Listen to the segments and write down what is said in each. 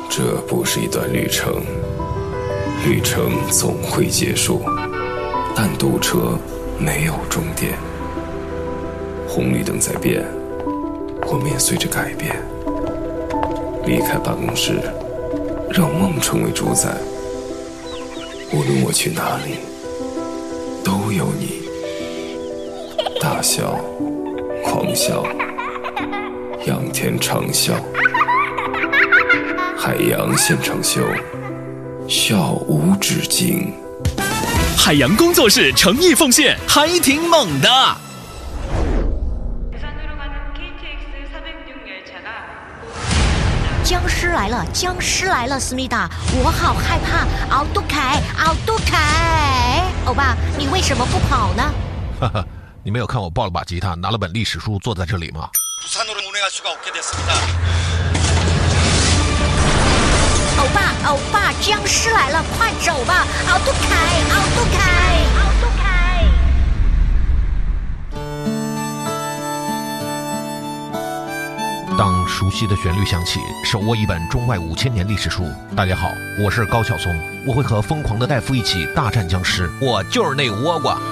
这不是一段旅程，旅程总会结束，但堵车没有终点。红绿灯在变，我们也随着改变。离开办公室，让梦成为主宰。无论我去哪里，都有你。大笑，狂笑，仰天长啸，海洋现场秀，笑无止境。 海洋工作室诚意奉献，还挺猛的。 僵尸来了，僵尸来了，思密达，我好害怕。奥杜凯，奥杜凯，欧巴，你为什么不跑呢？ 哈哈，你没有看我抱了把吉他，拿了本历史书坐在这里吗？ 欧巴，欧巴，僵尸来了，快走吧！奥杜凯，奥杜凯，奥杜凯。 当熟悉的旋律响起，手握一本中外5000年历史书。大家好，我是高晓松，我会和疯狂的戴夫一起大战僵尸，我就是那倭瓜。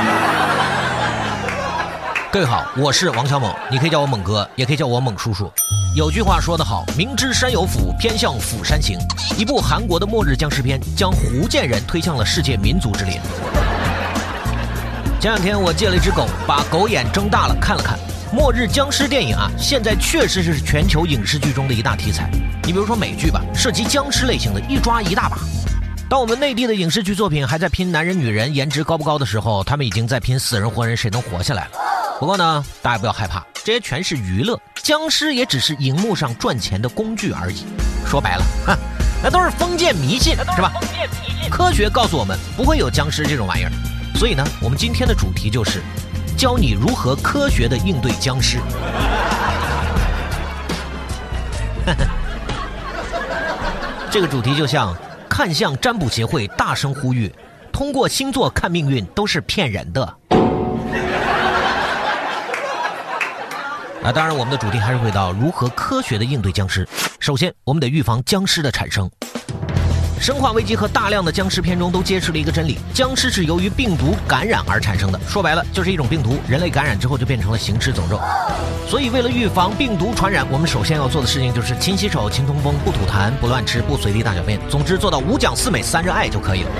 各位好，我是王小猛，你可以叫我猛哥，也可以叫我猛叔叔。有句话说得好，明知山有虎，偏向虎山行。一部韩国的末日僵尸片将胡建人推向了世界民族之林。前两天我借了一只狗，把狗眼睁大了看了看。末日僵尸电影啊，现在确实是全球影视剧中的一大题材。你比如说美剧吧，涉及僵尸类型的一抓一大把。当我们内地的影视剧作品还在拼男人女人颜值高不高的时候，他们已经在拼死人活人谁能活下来了。不过呢，大家不要害怕，这些全是娱乐，僵尸也只是荧幕上赚钱的工具而已。说白了，那都是封建迷信，是吧？科学告诉我们不会有僵尸这种玩意儿。所以呢，我们今天的主题就是教你如何科学的应对僵尸。这个主题就像看相占卜协会大声呼吁，通过星座看命运都是骗人的。当然我们的主题还是回到如何科学的应对僵尸。首先我们得预防僵尸的产生。生化危机和大量的僵尸片中都揭示了一个真理，僵尸是由于病毒感染而产生的，说白了就是一种病毒，人类感染之后就变成了行尸走肉。所以为了预防病毒传染，我们首先要做的事情就是勤洗手、勤通风、不吐痰、不乱吃、不随地大小便，总之做到5讲4美3热爱就可以了。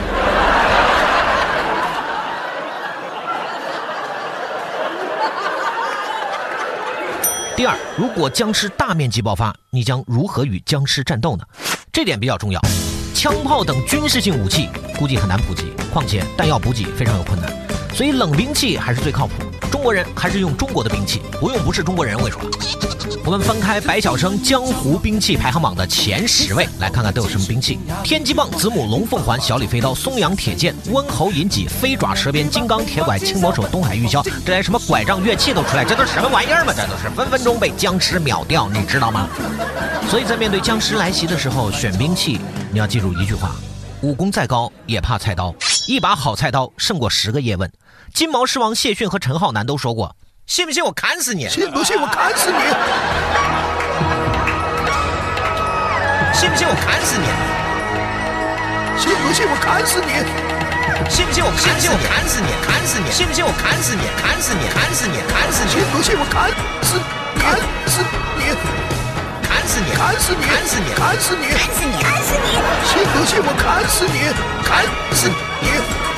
第二，如果僵尸大面积爆发，你将如何与僵尸战斗呢？这点比较重要。枪炮等军事性武器估计很难普及，况且弹药补给非常有困难，所以冷兵器还是最靠谱。中国人还是用中国的兵器，不是中国人，我跟你说。我们翻开白晓生江湖兵器排行榜的前10位，来看看都有什么兵器。天机棒、子母龙凤环、小李飞刀、松阳铁剑、温侯银戟、飞爪蛇鞭、金刚铁拐、青魔手、东海玉箫，这连什么拐杖乐器都出来，这都是什么玩意儿嘛？这都是分分钟被僵尸秒掉，你知道吗？所以在面对僵尸来袭的时候，选兵器你要记住一句话：武功再高也怕菜刀，一把好菜刀胜过10个叶问。金毛狮王谢逊和陈浩南都说过，信不信我砍死你？ 信不信我砍死你？ 信不信我砍死你？ 信不信我砍死你？ 信不信我砍死你？砍死你？砍死你？信不信我砍死你？砍死你？砍死你？砍死你？ 信不信我砍死你？砍死你？ 砍死你！ 砍死你！ 砍死你！ 砍死你！ 砍死你！砍死你！ 信不信我砍死你？砍死你！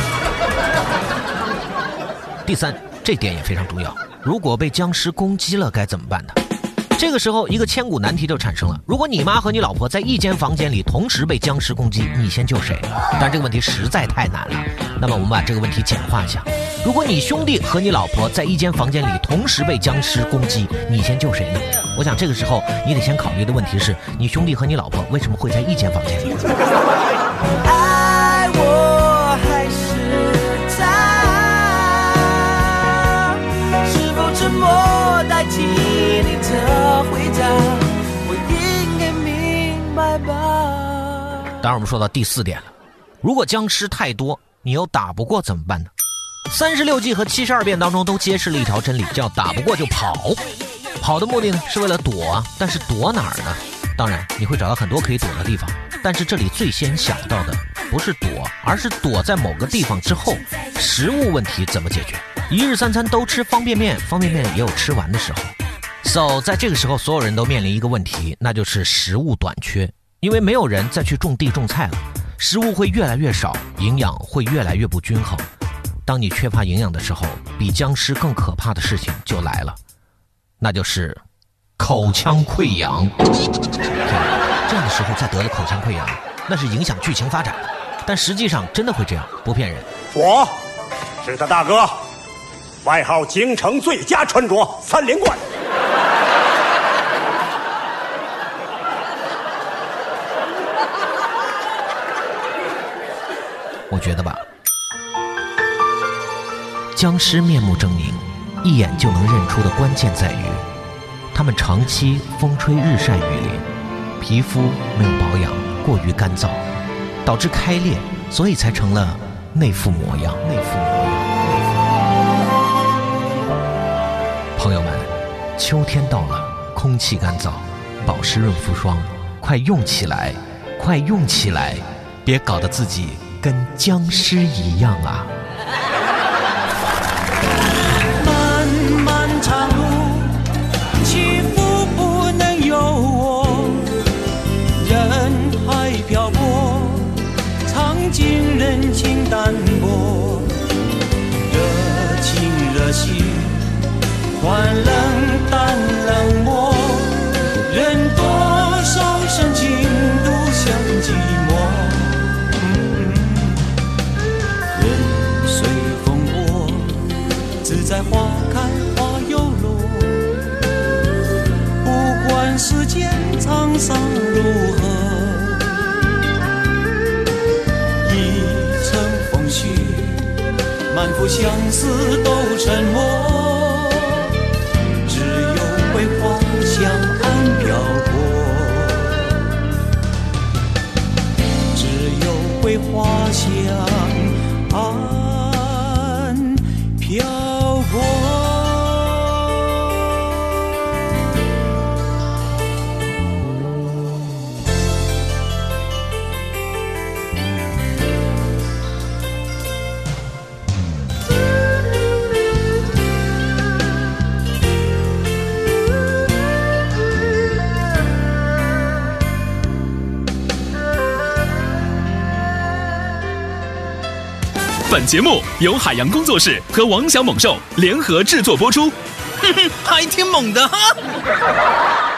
第三，这点也非常重要。如果被僵尸攻击了该怎么办呢？这个时候一个千古难题就产生了，如果你妈和你老婆在一间房间里同时被僵尸攻击，你先救谁？但这个问题实在太难了，那么我们把这个问题简化一下，如果你兄弟和你老婆在一间房间里同时被僵尸攻击，你先救谁呢？我想这个时候你得先考虑的问题是，你兄弟和你老婆为什么会在一间房间里？ 爱我还是他？是否沉默代替你的回答？我应该明白吧。 当然我们说到第4点了，如果僵尸太多你又打不过怎么办呢？36计和72变当中都揭示了一条真理，叫打不过就跑。跑的目的呢是为了躲，但是躲哪儿呢？ 当然你会找到很多可以躲的地方，但是这里最先想到的不是躲，而是躲在某个地方之后，食物问题怎么解决。一日三餐都吃方便面，方便面也有吃完的时候。So 在这个时候，所有人都面临一个问题，那就是食物短缺，因为没有人再去种地种菜了，食物会越来越少，营养会越来越不均衡。当你缺乏营养的时候，比僵尸更可怕的事情就来了，那就是口腔溃疡。这样的时候再得了口腔溃疡，那是影响剧情发展的，但实际上真的会这样，不骗人。 我是他大哥，外号京城最佳穿着三连冠。 我觉得吧，僵尸面目狰狞，一眼就能认出的关键在于，他们长期风吹日晒雨淋，皮肤没有保养，过于干燥，导致开裂，所以才成了那副模样。朋友们，秋天到了，空气干燥，保湿润肤霜快用起来，快用起来，别搞得自己跟僵尸一样啊。 漫漫长路，起伏不能由我，人海漂泊，尝尽人情淡薄，热情热心，换冷淡冷漠，人多少深情独享寂寞。人随风波，自在花开花又落，不管世间沧桑如何，一程风絮，满腹相思都沉默，只有桂花香岸漂泊，只有桂花香岸漂泊。 本节目由海洋工作室和王小猛兽联合制作播出。 还挺猛的哈。